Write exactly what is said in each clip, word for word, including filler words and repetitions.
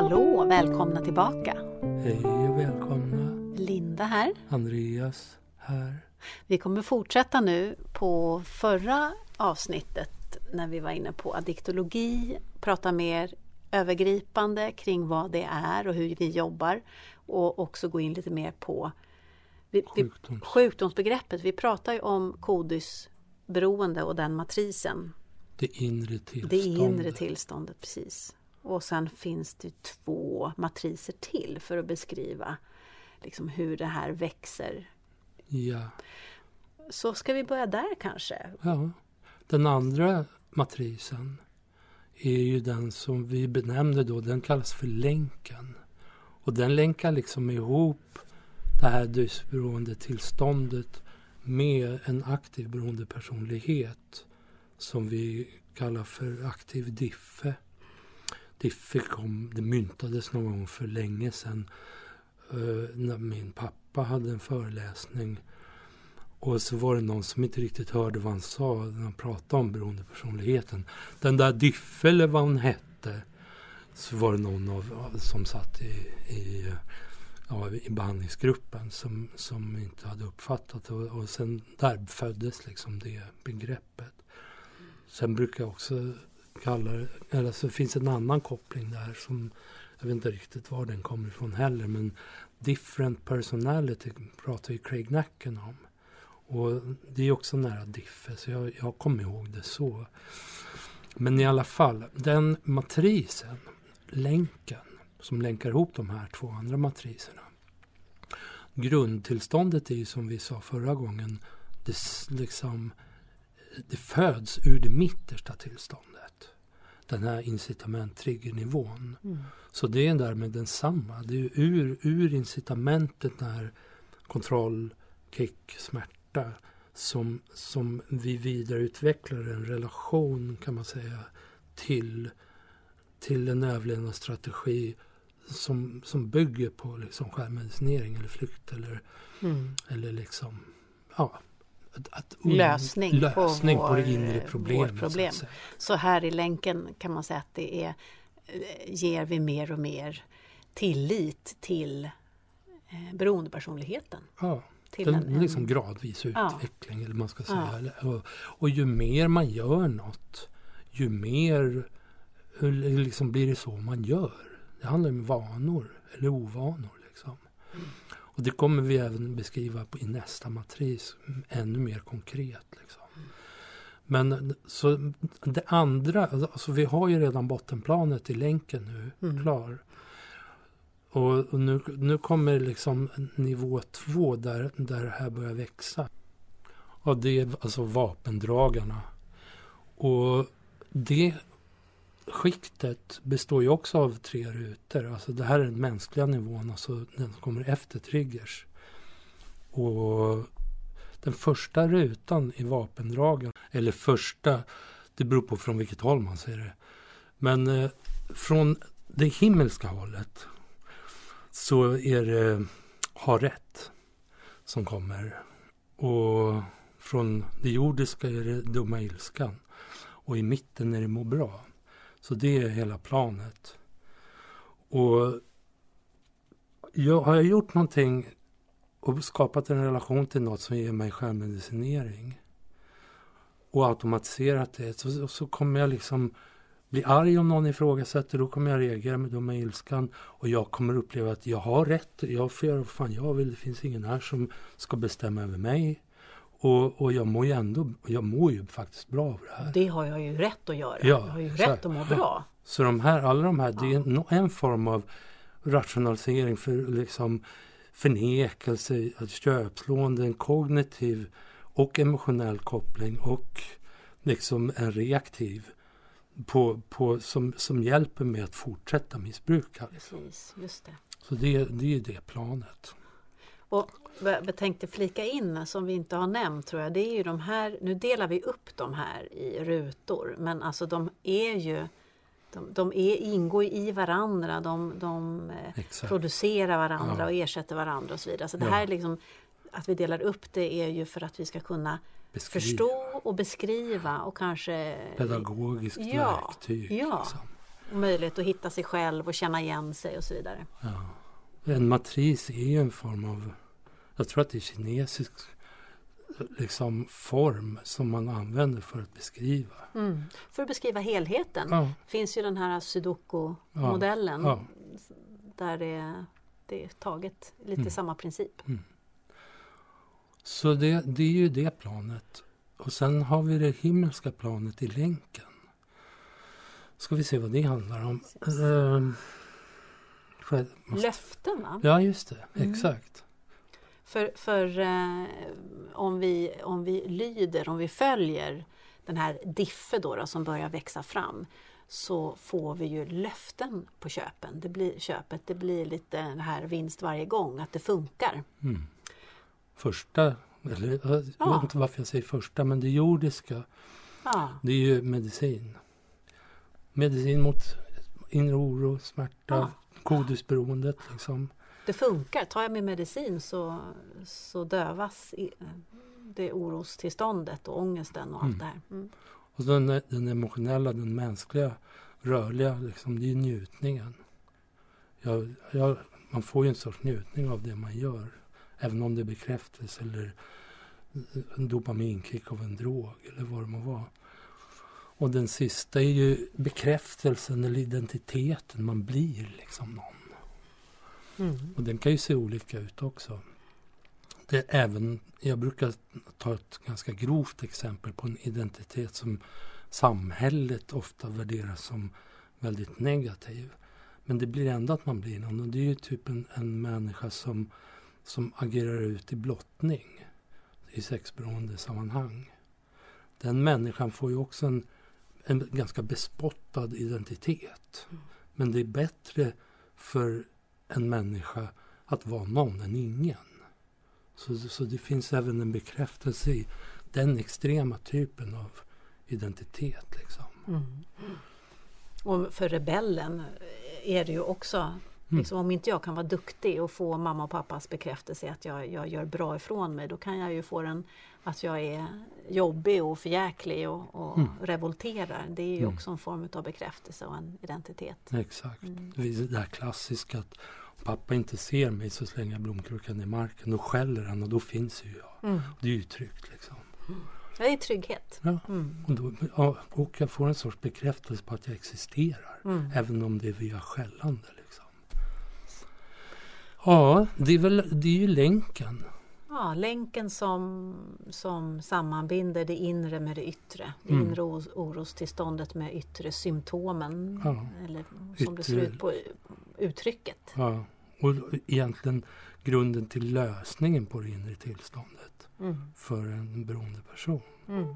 Hallå, välkomna tillbaka. Hej och välkomna. Linda här. Andreas här. Vi kommer fortsätta nu på förra avsnittet när vi var inne på addiktologi, prata mer övergripande kring vad det är och hur vi jobbar och också gå in lite mer på vi, Sjukdoms. vi, sjukdomsbegreppet. Vi pratar ju om kodysberoende och den matrisen. Det inre tillståndet. Det inre tillståndet, precis. Och sen finns det två matriser till för att beskriva liksom hur det här växer. Ja. Så ska vi börja där kanske? Ja. Den andra matrisen är ju den som vi benämnde då, den kallas för länken. Och den länkar liksom ihop det här dysberoende tillståndet med en aktiv beroendepersonlighet som vi kallar för aktiv diffe. Diffe kom, det myntades någon gång för länge sedan uh, när min pappa hade en föreläsning. Och så var det någon som inte riktigt hörde vad han sa när han pratade om beroendepersonligheten. Den där diffe eller vad hon hette, så var det någon av, som satt i, i, ja, i behandlingsgruppen som, som inte hade uppfattat. Och, och sen där föddes liksom det begreppet. Sen brukar jag också kalla det, eller så finns en annan koppling där som jag vet inte riktigt var den kommer ifrån heller, men different personality pratar ju Craig Nacken om. Och det är också nära diffe, så jag, jag kommer ihåg det så. Men i alla fall, den matrisen, länken, som länkar ihop de här två andra matriserna. Grundtillståndet är ju som vi sa förra gången, det, liksom, det föds ur det mittersta tillståndet. Den här incitament-triggernivån. Mm. Så det är därmed densamma. Det är ur, ur incitamentet när kontroll, kick, smärta som, som vi vidareutvecklar en relation kan man säga till, till en överlevnadsstrategi som, som bygger på liksom självmedicinering eller flykt eller, mm. eller liksom ja, att, att un, lösning, lösning på, på vår, det inre problemet. problem. Så, så här i länken kan man säga att det är ger vi mer och mer tillit till eh, beroendepersonligheten. Ja. Till Den en, liksom gradvis utveckling ja. eller man ska säga. Ja. Och, och ju mer man gör något, ju mer liksom blir det så man gör. Det handlar om vanor eller ovanor. Liksom. Mm. Och det kommer vi även beskriva på, i nästa matris ännu mer konkret. Liksom. Mm. Men så det andra, alltså vi har ju redan bottenplanet i länken nu mm. klar. Och, och nu, nu kommer liksom nivå två där, där det här börjar växa. Och det är alltså vapendragarna. Och det skiktet består ju också av tre rutor. Alltså det här är den mänskliga nivån, alltså den som kommer efter triggers. Och den första rutan i vapendragen, eller första, det beror på från vilket håll man ser det. Men eh, från det himmelska hållet så är det ha rätt som kommer. Och från det jordiska är det dumma ilskan. Och i mitten är det må bra. Så det är hela planet. Och jag, har jag gjort någonting och skapat en relation till något som ger mig självmedicinering och automatiserat det, så, så kommer jag liksom bli arg om någon ifrågasätter, då kommer jag reagera med dumma ilskan och jag kommer uppleva att jag har rätt, jag får göra vad fan jag vill, det finns ingen här som ska bestämma över mig. Och, och jag mår ju ändå, jag mår ju faktiskt bra av det här. Det har jag ju rätt att göra. Ja, jag har ju rätt så, att må bra. Ja. Så de här, alla de här, ja. det är en form av rationalisering för liksom förnekelse, att köpslående, en kognitiv och emotionell koppling och liksom en reaktiv på, på, som, som hjälper mig att fortsätta missbruka. Precis, just det. Så det, det är det planet. Och jag tänkte flika in som vi inte har nämnt tror jag, det är ju de här, nu delar vi upp de här i rutor, men alltså de är ju de, de är, ingår i varandra, de, de producerar varandra ja. och ersätter varandra och så vidare. Så det ja. här är liksom, att vi delar upp det är ju för att vi ska kunna beskriva. förstå och beskriva och kanske pedagogiskt ja, verktyg. Ja. Liksom. Och möjlighet att hitta sig själv och känna igen sig och så vidare. Ja. En matris är ju en form av, jag tror att det är kinesisk liksom form som man använder för att beskriva. Mm. För att beskriva helheten ja. finns ju den här Sudoku-modellen ja. Ja. där det, det är taget lite mm. samma princip. Mm. Så det, det är ju det planet. Och sen har vi det himmelska planet i länken. Ska vi se vad det handlar om. Uh, måste... Löften, va? Ja, just det. Mm. Exakt. För, för eh, om, vi, om vi lyder, om vi följer den här diffe då, då som börjar växa fram, så får vi ju löften på köpen. Det blir, köpet. Det blir lite den här vinst varje gång, att det funkar. Mm. Första, eller jag ja. vet inte varför jag säger första, men det jordiska, ja. det är ju medicin. Medicin mot inre oro, smärta, ja. kodisberoendet liksom. Det funkar. Tar jag min medicin så, så dövas i, det orostillståndet och ångesten och allt mm. det här. Mm. Och den, den emotionella, den mänskliga, rörliga, liksom, det är njutningen. Jag, jag, man får ju en sorts njutning av det man gör. Även om det är bekräftelse eller en dopaminkick av en drog eller vad det må vara. Och den sista är ju bekräftelsen eller identiteten. Man blir liksom någon. Mm. Och den kan ju se olika ut också. Det är även, jag brukar ta ett ganska grovt exempel på en identitet som samhället ofta värderar som väldigt negativ. Men det blir ändå att man blir någon. Och det är ju typ en, en människa som, som agerar ut i blottning i sexberoende sammanhang. Den människan får ju också en, en ganska bespottad identitet. Mm. Men det är bättre för en människa att vara någon än ingen. Så, så det finns även en bekräftelse i den extrema typen av identitet. Liksom. Mm. Och för rebellen är det ju också, mm. liksom, om inte jag kan vara duktig och få mamma och pappas bekräftelse att jag, jag gör bra ifrån mig, då kan jag ju få den att jag är jobbig och förjäklig och, och mm. revolterar. Det är ju mm. också en form av bekräftelse och en identitet. Exakt. Mm. Det är det här klassiska att pappa inte ser mig så slänger jag blomkrukan i marken. Då skäller han och då finns ju jag. Mm. Det är ju tryggt liksom. Mm. Det är trygghet. Ja. Mm. Och, då, ja, och jag får en sorts bekräftelse på att jag existerar. Mm. Även om det är via skällande liksom. Ja, det är, väl, det är ju länken. Ja, länken som, som sammanbinder det inre med det yttre. Det mm. inre orostillståndet med yttre symptomen. Ja. Eller som yttre. Det ser ut på uttrycket. Ja, och egentligen grunden till lösningen på det inre tillståndet. Mm. För en beroende person. Mm.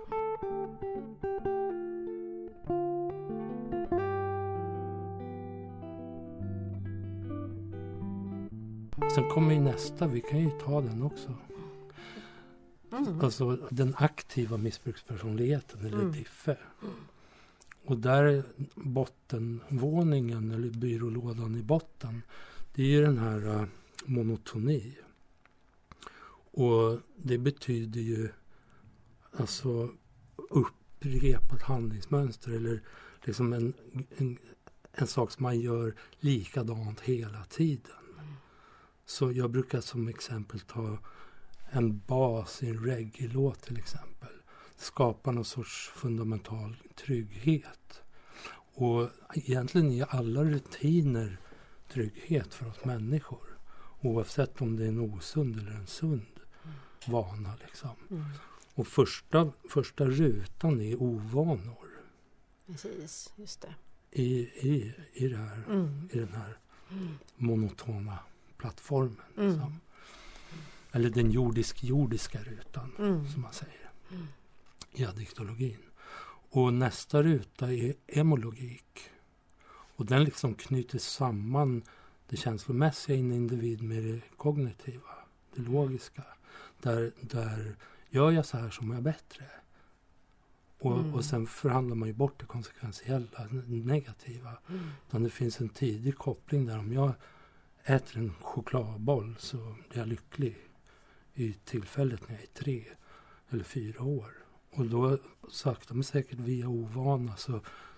Sen kommer ju nästa, vi kan ju ta den också. Mm. Alltså den aktiva missbrukspersonligheten eller mm. diffe. Mm. Och där bottenvåningen eller byrålådan i botten, det är ju den här uh, monotoni. Och det betyder ju alltså upprepat handlingsmönster eller liksom en, en, en sak som man gör likadant hela tiden. Så jag brukar som exempel ta en bas i en reggae-låt till exempel. Skapa någon sorts fundamental trygghet. Och egentligen är alla rutiner trygghet för oss människor. Oavsett om det är en osund eller en sund mm. vana liksom. Mm. Och första, första rutan är ovanor. Precis, just det. I, i, i, det här, mm. i den här mm. monotona plattformen. Mm. Liksom. Eller den jordisk-jordiska rutan, mm. som man säger. Mm. I addiktologin. Och nästa ruta är emologik. Och den liksom knyter samman det känslomässiga i en individ med det kognitiva, det logiska. Där, där gör jag så här så mår jag bättre. Och, mm. och sen förhandlar man ju bort det konsekventiella, negativa. Mm. Utan det finns en tidig koppling där om jag äter en chokladboll så blir jag lycklig i tillfället när jag är tre eller fyra år. Och då sakta men säkert via ovana så,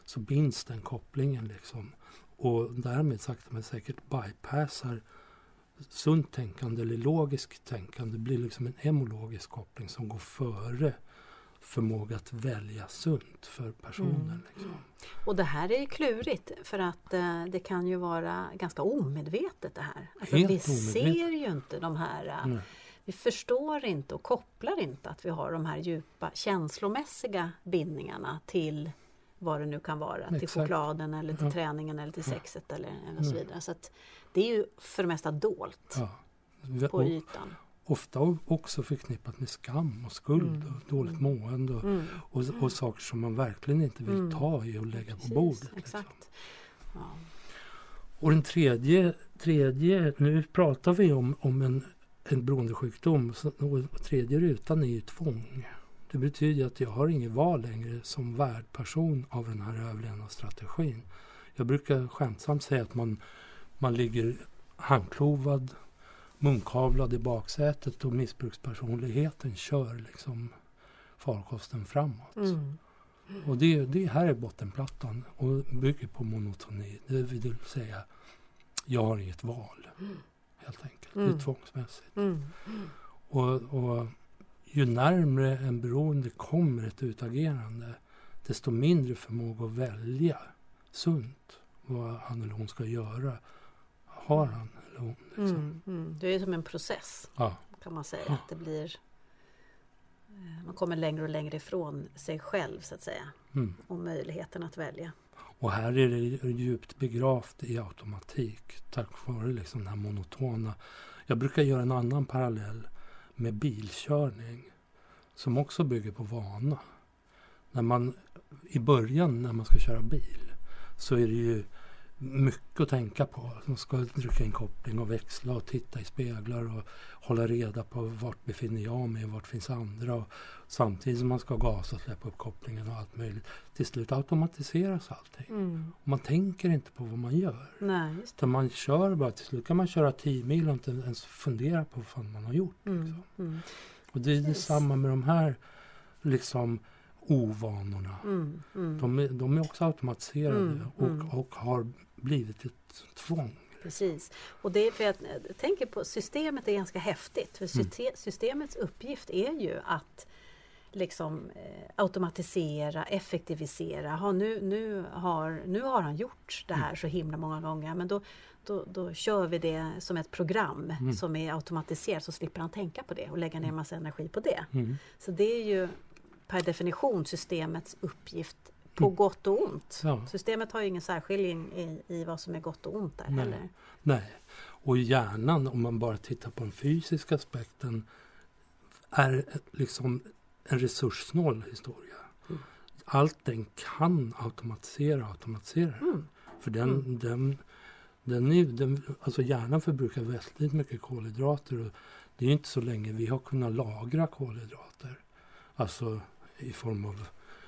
så binds den kopplingen liksom. Och därmed sakta men säkert bypassar sunt tänkande eller logiskt tänkande. Det blir liksom en emologisk koppling som går före förmåga att välja sunt för personen. Mm. Liksom. Och det här är ju klurigt för att eh, det kan ju vara ganska omedvetet det här. Alltså, vi omedvetet. ser ju inte de här, eh, vi förstår inte och kopplar inte att vi har de här djupa känslomässiga bindningarna till vad det nu kan vara, Exakt. till chokladen eller till ja. träningen eller till sexet ja. eller, eller så vidare. Så att det är ju för det mesta dolt ja. på ytan. Ofta också förknippat med skam och skuld mm. och dåligt mående och, mm. och, och, och saker som man verkligen inte vill mm. ta i och lägga Precis, på bordet. Liksom. Ja. Och den tredje, tredje, nu pratar vi om, om en, en beroendesjukdom, och tredje rutan är ju tvång. Det betyder att jag har inget val längre som värdperson av den här överlevnadsstrategin. Jag brukar skämtsamt säga att man, man ligger handklovad, munkavlad i baksätet och missbrukspersonligheten kör liksom farkosten framåt. Mm. Och det, det här är bottenplattan och bygger på monotoni. Det vill säga, jag har inget val. Mm. Helt enkelt. Mm. Det är tvångsmässigt. Mm. Mm. Och, och ju närmare en beroende kommer ett utagerande, desto mindre förmåga att välja sunt vad han eller hon ska göra har han eller hon. Liksom. Mm, mm. Det är som en process ja. kan man säga. Ja. Att det blir, man kommer längre och längre ifrån sig själv så att säga. Mm. Och möjligheten att välja. Och här är det djupt begravt i automatik tack vare liksom den här monotona. Jag brukar göra en annan parallell med bilkörning som också bygger på vana. När man i början när man ska köra bil så är det ju mycket att tänka på. Man ska trycka in koppling och växla och titta i speglar och hålla reda på vart befinner jag mig och vart finns andra. Och samtidigt som man ska gasa och släppa upp kopplingen och allt möjligt. Till slut automatiseras allting. Mm. Och man tänker inte på vad man gör. Nej, just det. Utan man kör bara. Till slut kan man köra tio mil och inte ens fundera på vad man har gjort. Mm. Liksom. Mm. Och det är detsamma med de här liksom ovanorna. Mm. Mm. De, är, de är också automatiserade mm. Mm. Och, och har blivit ett tvång. Precis. Och det är för att jag tänker på systemet är ganska häftigt. För mm. systemets uppgift är ju att liksom eh, automatisera, effektivisera. Ha, nu, nu, har, nu har han gjort det här mm. så himla många gånger. Men då, då, då kör vi det som ett program mm. som är automatiserat så slipper han tänka på det och lägga ner massa energi på det. Mm. Så det är ju per definition systemets uppgift på mm. gott och ont. Ja. Systemet har ju ingen särskiljning i, i vad som är gott och ont där Nej. heller. Nej, och hjärnan om man bara tittar på den fysiska aspekten är liksom en resurssnål historia. Mm. Allt den kan automatisera, automatisera. Mm. För den, mm. den, den, är, den, alltså hjärnan förbrukar väldigt mycket kolhydrater och det är inte så länge vi har kunnat lagra kolhydrater. Alltså i form av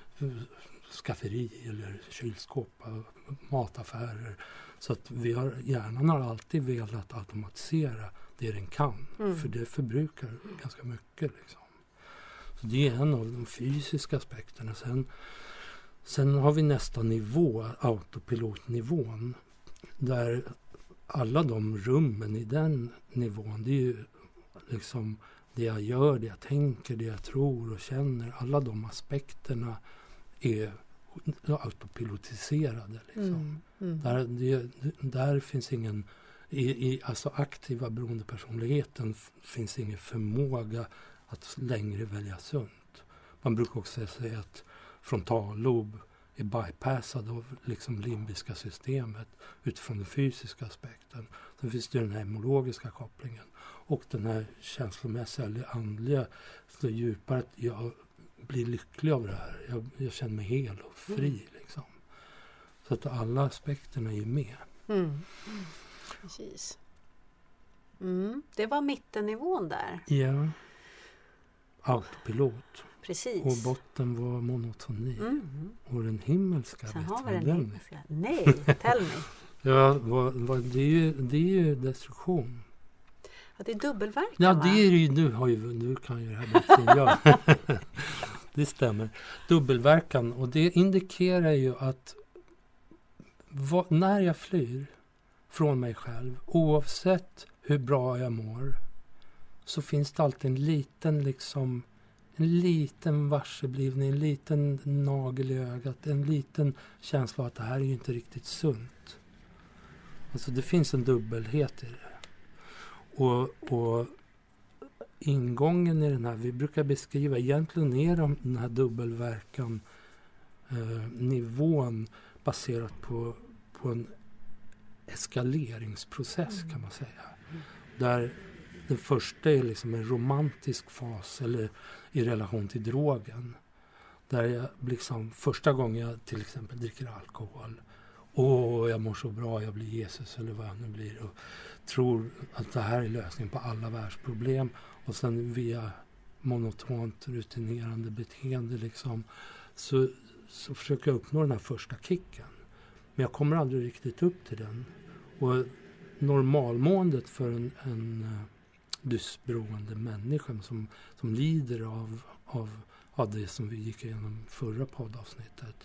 skafferi eller kylskåp, mataffärer. Så att vi har, hjärnan har alltid velat automatisera det den kan. Mm. För det förbrukar ganska mycket. Liksom. Så det är en av de fysiska aspekterna. Sen, sen har vi nästa nivå, autopilotnivån. Där alla de rummen i den nivån, det är ju liksom det jag gör, det jag tänker, det jag tror och känner. Alla de aspekterna är autopilotiserade. Liksom. Mm, mm. Där, det, där finns ingen, i, i alltså aktiva beroendepersonligheten f- finns ingen förmåga att längre välja sunt. Man brukar också säga att frontallob är bypassad av liksom limbiska systemet utifrån den fysiska aspekten. Sen finns det den här hemologiska kopplingen och den här känslomässiga eller andliga så djupare att jag blir lycklig av det här. Jag, jag känner mig hel och fri. Mm. Liksom. Så att alla aspekterna är med. Mm. Mm. Precis. Mm. Det var mittennivån där. Ja. Autopilot. Precis. Och botten var monotoni. Mm. Och den himmelska. Sen har vi den den himmelska. Nej, tell me. Ja, vad, vad, det, är ju, det är ju destruktion. Ja, det är dubbelverkan. Ja, det är ju, du, har ju, du kan ju det här bättre än jag. Det stämmer. Dubbelverkan. Och det indikerar ju att vad, när jag flyr från mig själv, oavsett hur bra jag mår, så finns det alltid en liten liksom en liten varseblivning, en liten nagel i ögat, en liten känsla att det här är ju inte riktigt sunt. Alltså det finns en dubbelhet i det. Och, och ingången i den här, vi brukar beskriva egentligen är den här dubbelverkan eh, nivån baserat på, på en eskaleringsprocess kan man säga. Där den första är liksom en romantisk fas eller i relation till drogen. Där jag liksom första gången jag till exempel dricker alkohol. Åh, jag mår så bra, jag blir Jesus eller vad jag nu blir. Och tror att det här är lösningen på alla världsproblem. Och sen via monotont rutinerande beteende liksom. Så, så försöker jag uppnå den här första kicken. Men jag kommer aldrig riktigt upp till den. Och normalmåendet för en, en dysberoende människa som, som lider av, av, av det som vi gick igenom förra poddavsnittet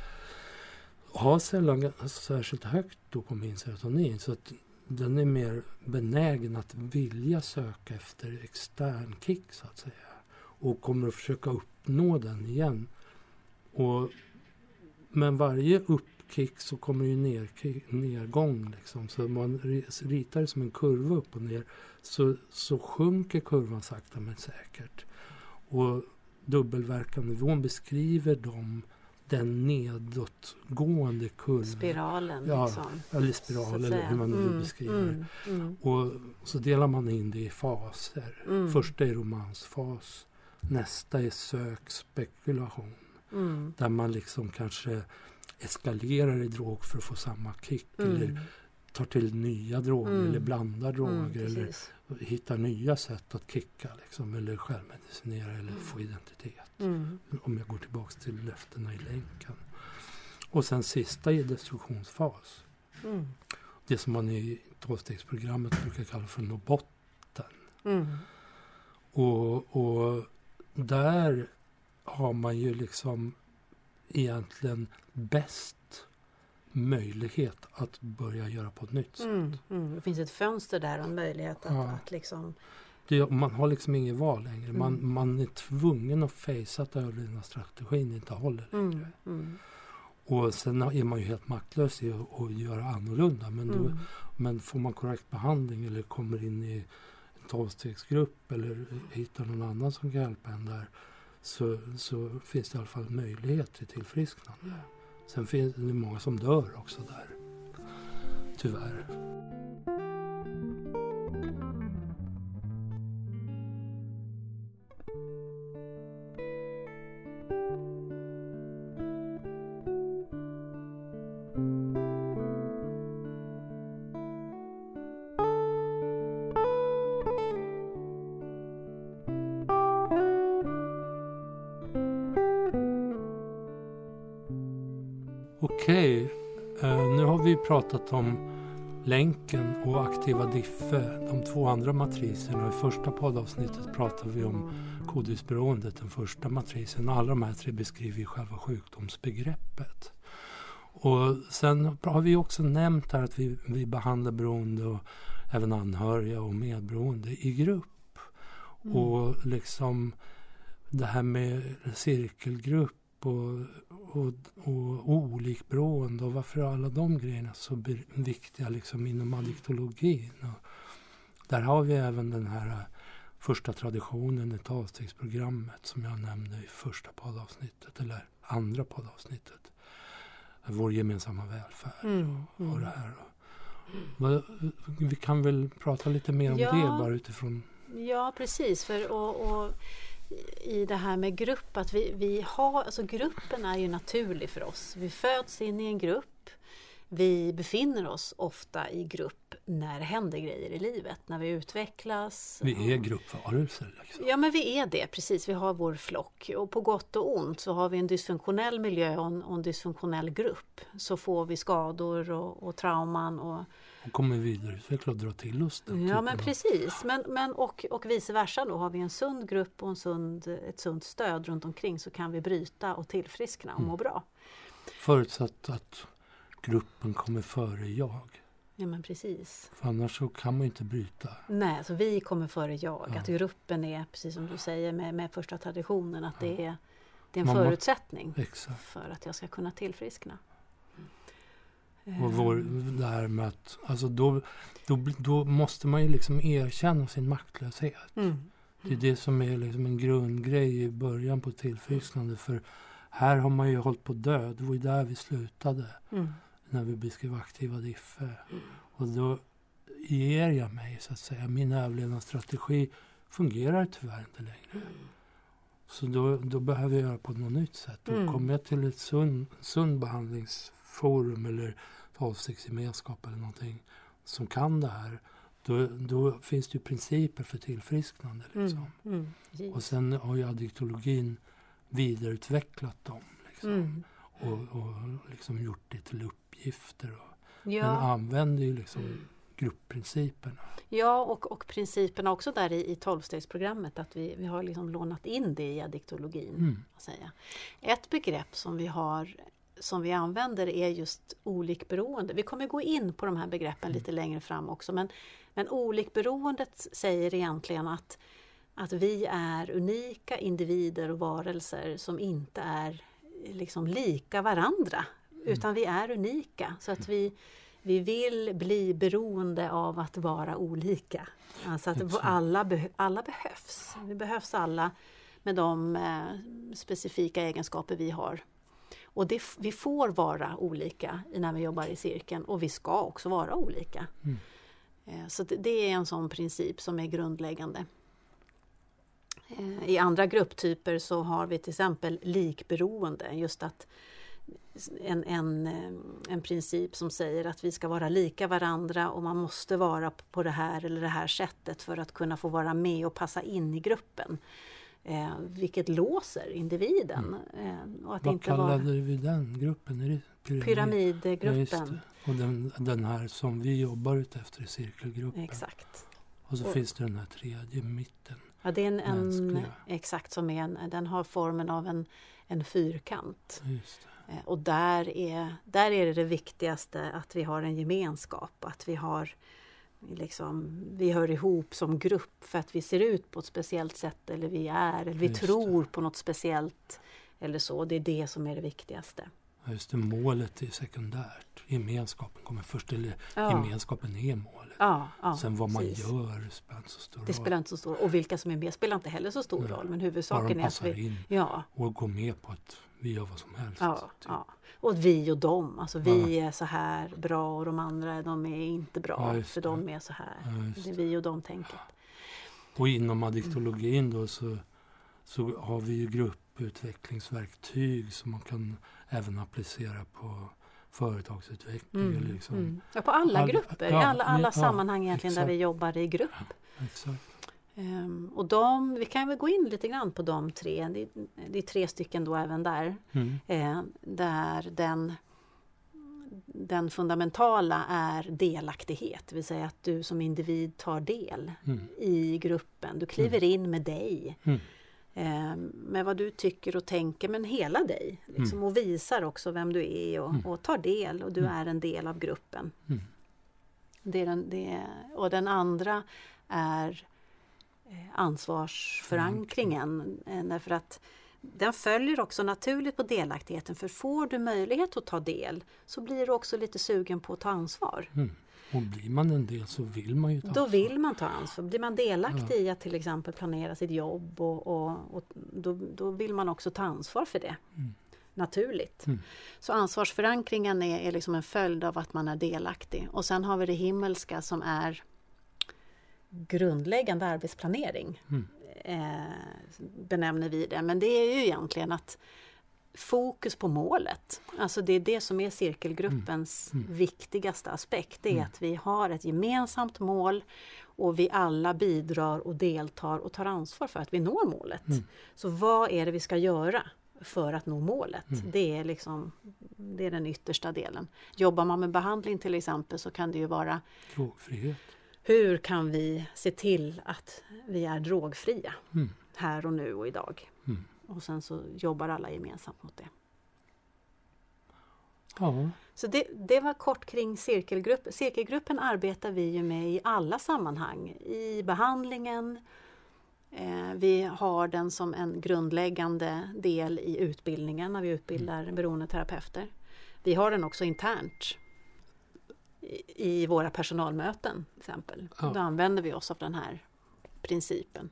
har sällan särskilt högt dopamin serotonin, så att den är mer benägen att vilja söka efter extern kick så att säga, och kommer att försöka uppnå den igen. Och men varje uppkick så kommer ju ner, nedgång liksom. Så man ritar det som en kurva upp och ner, så, så sjunker kurvan sakta men säkert. Och dubbelverkan-nivån beskriver de den nedåtgående kurvan. Spiralen ja, liksom. Eller spiral eller hur man nu mm, beskriver mm, mm. Och så delar man in det i faser. Mm. Första är romansfas. Nästa är sökspekulation. Mm. Där man liksom kanske eskalerar i drog för att få samma kick. Mm. Eller tar till nya droger mm. eller blandar droger. Mm, eller hittar nya sätt att kicka. Liksom, eller självmedicinera eller mm. få identitet. Mm. Om jag går tillbaka till löftena i länken. Och sen sista är destruktionsfas. Mm. Det som man i tolvstegsprogrammet brukar kalla för nå botten. Mm. Och, och där har man ju liksom egentligen bäst möjlighet att börja göra på ett nytt sätt. Mm, mm. Det finns ett fönster där och en möjlighet att, ja. att liksom... Det, man har liksom ingen val längre. Mm. Man, man är tvungen att fejsa att den strategin inte håller längre. Mm, mm. Och sen är man ju helt maktlös i att, att göra annorlunda. Men, då, mm. men får man korrekt behandling eller kommer in i en tolvstegsgrupp eller hittar någon annan som kan hjälpa en där, så, så finns det i alla fall möjlighet till tillfrisknande. Mm. Sen finns det många som dör också där. Tyvärr. Okej, uh, nu har vi pratat om länken och aktiva diffe, de två andra matriserna. I första poddavsnittet pratade vi om kodisberoendet, den första matrisen. Alla de här tre beskriver själva sjukdomsbegreppet. Och sen har vi också nämnt här att vi, vi behandlar beroende och även anhöriga och medberoende i grupp. Mm. Och liksom det här med cirkelgrupp Och, och, och olikberoende och varför alla de grejerna så be- viktiga liksom inom addiktologin. Och där har vi även den här första traditionen i tolvstegsprogrammet som jag nämnde i första poddavsnittet eller andra poddavsnittet. Vår gemensamma välfärd mm, och, och mm. det här. Och, vi kan väl prata lite mer om ja, det bara utifrån... Ja, precis. För och, och i det här med grupp, att vi, vi har, alltså gruppen är ju naturlig för oss. Vi föds in i en grupp. Vi befinner oss ofta i grupp när det händer grejer i livet, när vi utvecklas. Vi är gruppvarelser. Liksom. Ja, men vi är det, precis. Vi har vår flock. Och på gott och ont så har vi en dysfunktionell miljö och en, och en dysfunktionell grupp. Så får vi skador och, och trauman och... Och kommer vidareutveckla och dra till oss den. Ja, men precis. Men, men och, och vice versa då. Har vi en sund grupp och en sund, ett sunt stöd runt omkring så kan vi bryta och tillfriskna och må mm. bra. Förutsatt att gruppen kommer före jag. Ja, men precis. För annars så kan man ju inte bryta. Nej, så vi kommer före jag. Ja. Att gruppen är, precis som du säger, med, med första traditionen, att Ja. det är, det är en Man må- förutsättning Exakt. för att jag ska kunna tillfriskna. Och vår, det här med att, alltså då, då, då måste man ju liksom erkänna sin maktlöshet. Mm. Det är det som är liksom en grundgrej i början på tillfrisknande. För här har man ju hållit på död. Det var ju där vi slutade. Mm. När vi beskrev aktiva differ. Mm. Och då ger jag mig så att säga. Min överlevnadsstrategi fungerar tyvärr inte längre. Mm. Så då, då behöver jag göra på något nytt sätt. Och Mm. kommer jag till ett sund, sund behandlingsforum eller avsiktsgemenskap eller någonting som kan det här. Då, då finns det ju principer för tillfrisknande. Liksom. Mm. Mm. Och sen har ju addiktologin vidareutvecklat dem. Liksom. Mm. Och, och liksom gjort det till uppgifter. Och, Men Ja, använder ju liksom gruppprinciperna. ja och, och principerna också där i, i tolvstegsprogrammet, att vi, vi har liksom lånat in det i addiktologin. Mm. Att säga. Ett begrepp som vi har som vi använder är just olikberoende. Vi kommer gå in på de här begreppen lite längre fram också, men, men olikberoendet säger egentligen att, att vi är unika individer och varelser som inte är liksom lika varandra, utan vi är unika. Så att vi, vi vill bli beroende av att vara olika. Alltså att Exakt. alla, be, alla behövs. Vi behövs alla med de eh, specifika egenskaper vi har. Och det, vi får vara olika när vi jobbar i cirkeln, och vi ska också vara olika. Mm. Eh, så det, det är en sån princip som är grundläggande. Eh, I andra grupptyper så har vi till exempel likberoende, just att en, en, en princip som säger att vi ska vara lika varandra och man måste vara på det här eller det här sättet för att kunna få vara med och passa in i gruppen. Eh, vilket låser individen. Eh, och att Vad inte kallade vara vi den gruppen? Är det pyramid? pyramidgruppen. Ja, just det. Och den, den här som vi jobbar ut efter i cirkelgruppen. Exakt. Och så Och- finns det den här tredje mitten. Ja, det är en, en Mänskliga. exakt som är en, den har formen av en, en fyrkant. Just det. Eh, och där är, där är det det viktigaste att vi har en gemenskap, att vi har liksom, vi hör ihop som grupp för att vi ser ut på ett speciellt sätt, eller vi är, eller vi Just tror på något speciellt eller så. Det är det som är det viktigaste. Ja, just det. Målet är sekundärt. Gemenskapen kommer först. Eller Ja. gemenskapen är målet. Ja, ja, Sen vad man precis. gör spelar inte så stor Det roll. spelar inte så stor roll. Och vilka som är med spelar inte heller så stor Nej. roll. Men Bara huvudsaken de är att passar vi... in Ja, och går med på att vi gör vad som helst. ja, typ. ja. Och vi och dem. Alltså vi är så här bra och de andra de är inte bra. Ja, just för det. de är så här. Ja, just Det är det. vi och dem tänket. Och inom addiktologin då så, så har vi ju grupputvecklingsverktyg som man kan även applicera på företagsutveckling. Mm, eller liksom. mm. Ja, på alla All- grupper, ja, i alla, alla ja, sammanhang egentligen där exakt. vi jobbar i grupp. Exakt. Ehm, och de, vi kan väl gå in lite grann på de tre. Det, det är tre stycken då även där. Mm. Eh, där den, den fundamentala är delaktighet. Det vill säga att du som individ tar del Mm. i gruppen. Du kliver in med dig. Mm. Eh, med vad du tycker och tänker, men hela dig. Liksom, Mm. och visar också vem du är och, Mm. och tar del. Och du Mm. är en del av gruppen. Mm. Det är den, det, och den andra är eh, ansvarsförankringen. Eh, därför att den följer också naturligt på delaktigheten. För får du möjlighet att ta del så blir du också lite sugen på att ta ansvar. Mm. Och blir man en del så vill man ju ta Då ansvar. vill man ta ansvar. Blir man delaktig Ja. i att till exempel planera sitt jobb och, och, och då, då vill man också ta ansvar för det. Mm. Naturligt. Mm. Så ansvarsförankringen är, är liksom en följd av att man är delaktig. Och sen har vi det himmelska som är grundläggande arbetsplanering. Mm. Eh, benämner vi det. Men det är ju egentligen att fokus på målet. Alltså det är det som är cirkelgruppens Mm. Mm. viktigaste aspekt. Det är Mm. att vi har ett gemensamt mål och vi alla bidrar och deltar och tar ansvar för att vi når målet. Mm. Så vad är det vi ska göra för att nå målet? Mm. Det är liksom det är den yttersta delen. Jobbar man med behandling till exempel så kan det ju vara Drogfrihet. hur kan vi se till att vi är drogfria Mm. här och nu och idag? Mm. Och sen så jobbar alla gemensamt mot det. Ja. Så det, det var kort kring cirkelgruppen. Cirkelgruppen arbetar vi ju med i alla sammanhang. I behandlingen. Eh, vi har den som en grundläggande del i utbildningen när vi utbildar mm. beroendeterapeuter. Vi har den också internt i, i våra personalmöten till exempel. Ja. Då använder vi oss av den här principen.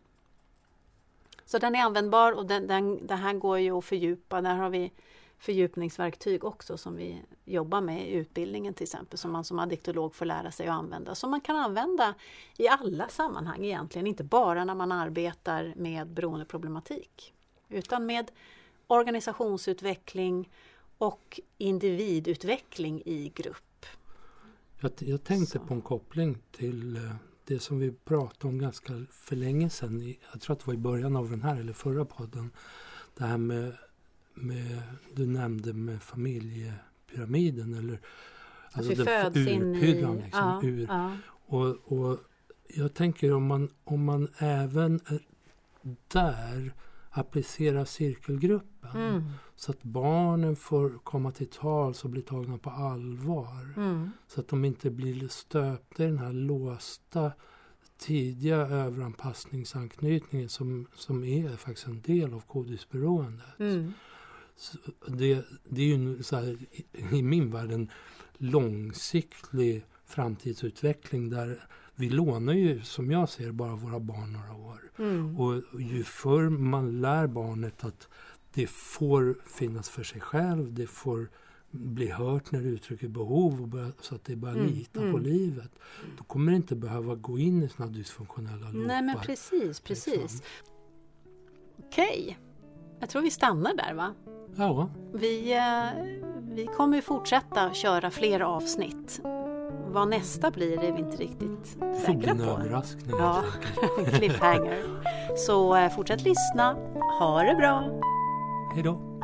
Så den är användbar och den, den, det här går ju att fördjupa. Där har vi fördjupningsverktyg också som vi jobbar med i utbildningen till exempel. Som man som addiktolog får lära sig att använda. Som man kan använda i alla sammanhang egentligen. Inte bara när man arbetar med beroendeproblematik. Utan med organisationsutveckling och individutveckling i grupp. Jag, jag tänkte Så. på en koppling till det som vi pratade om ganska för länge sedan. Jag tror att det var i början av den här eller förra podden. Det här med, med du nämnde med familjepyramiden. Eller, alltså vi föds in i... Liksom, ja, ur. Ja. Och, och jag tänker om man, om man även där applicerar cirkelgruppen. Mm. Så att barnen får komma till tals och bli tagna på allvar. Mm. Så att de inte blir stöpta i den här låsta tidiga överanpassningsanknytningen som, som är faktiskt en del av kodisberoendet. Mm. Så det, det är ju så här, i, i min värld en långsiktig framtidsutveckling där vi lånar ju, som jag ser, bara våra barn några år. Mm. Och, och ju förr man lär barnet att det får finnas för sig själv, det får bli hört när det uttrycker behov och börja, så att det börjar mm. lita mm. på livet. Då kommer det inte behöva gå in i sådana dysfunktionella loopar. Nej men precis, precis. Liksom. Okej, jag tror vi stannar där va? Ja. Vi, eh, vi kommer ju fortsätta köra fler avsnitt. Vad nästa blir är vi inte riktigt säkra på. En överraskning. Ja, cliffhanger. Så eh, fortsätt lyssna. Ha det bra. Hej då.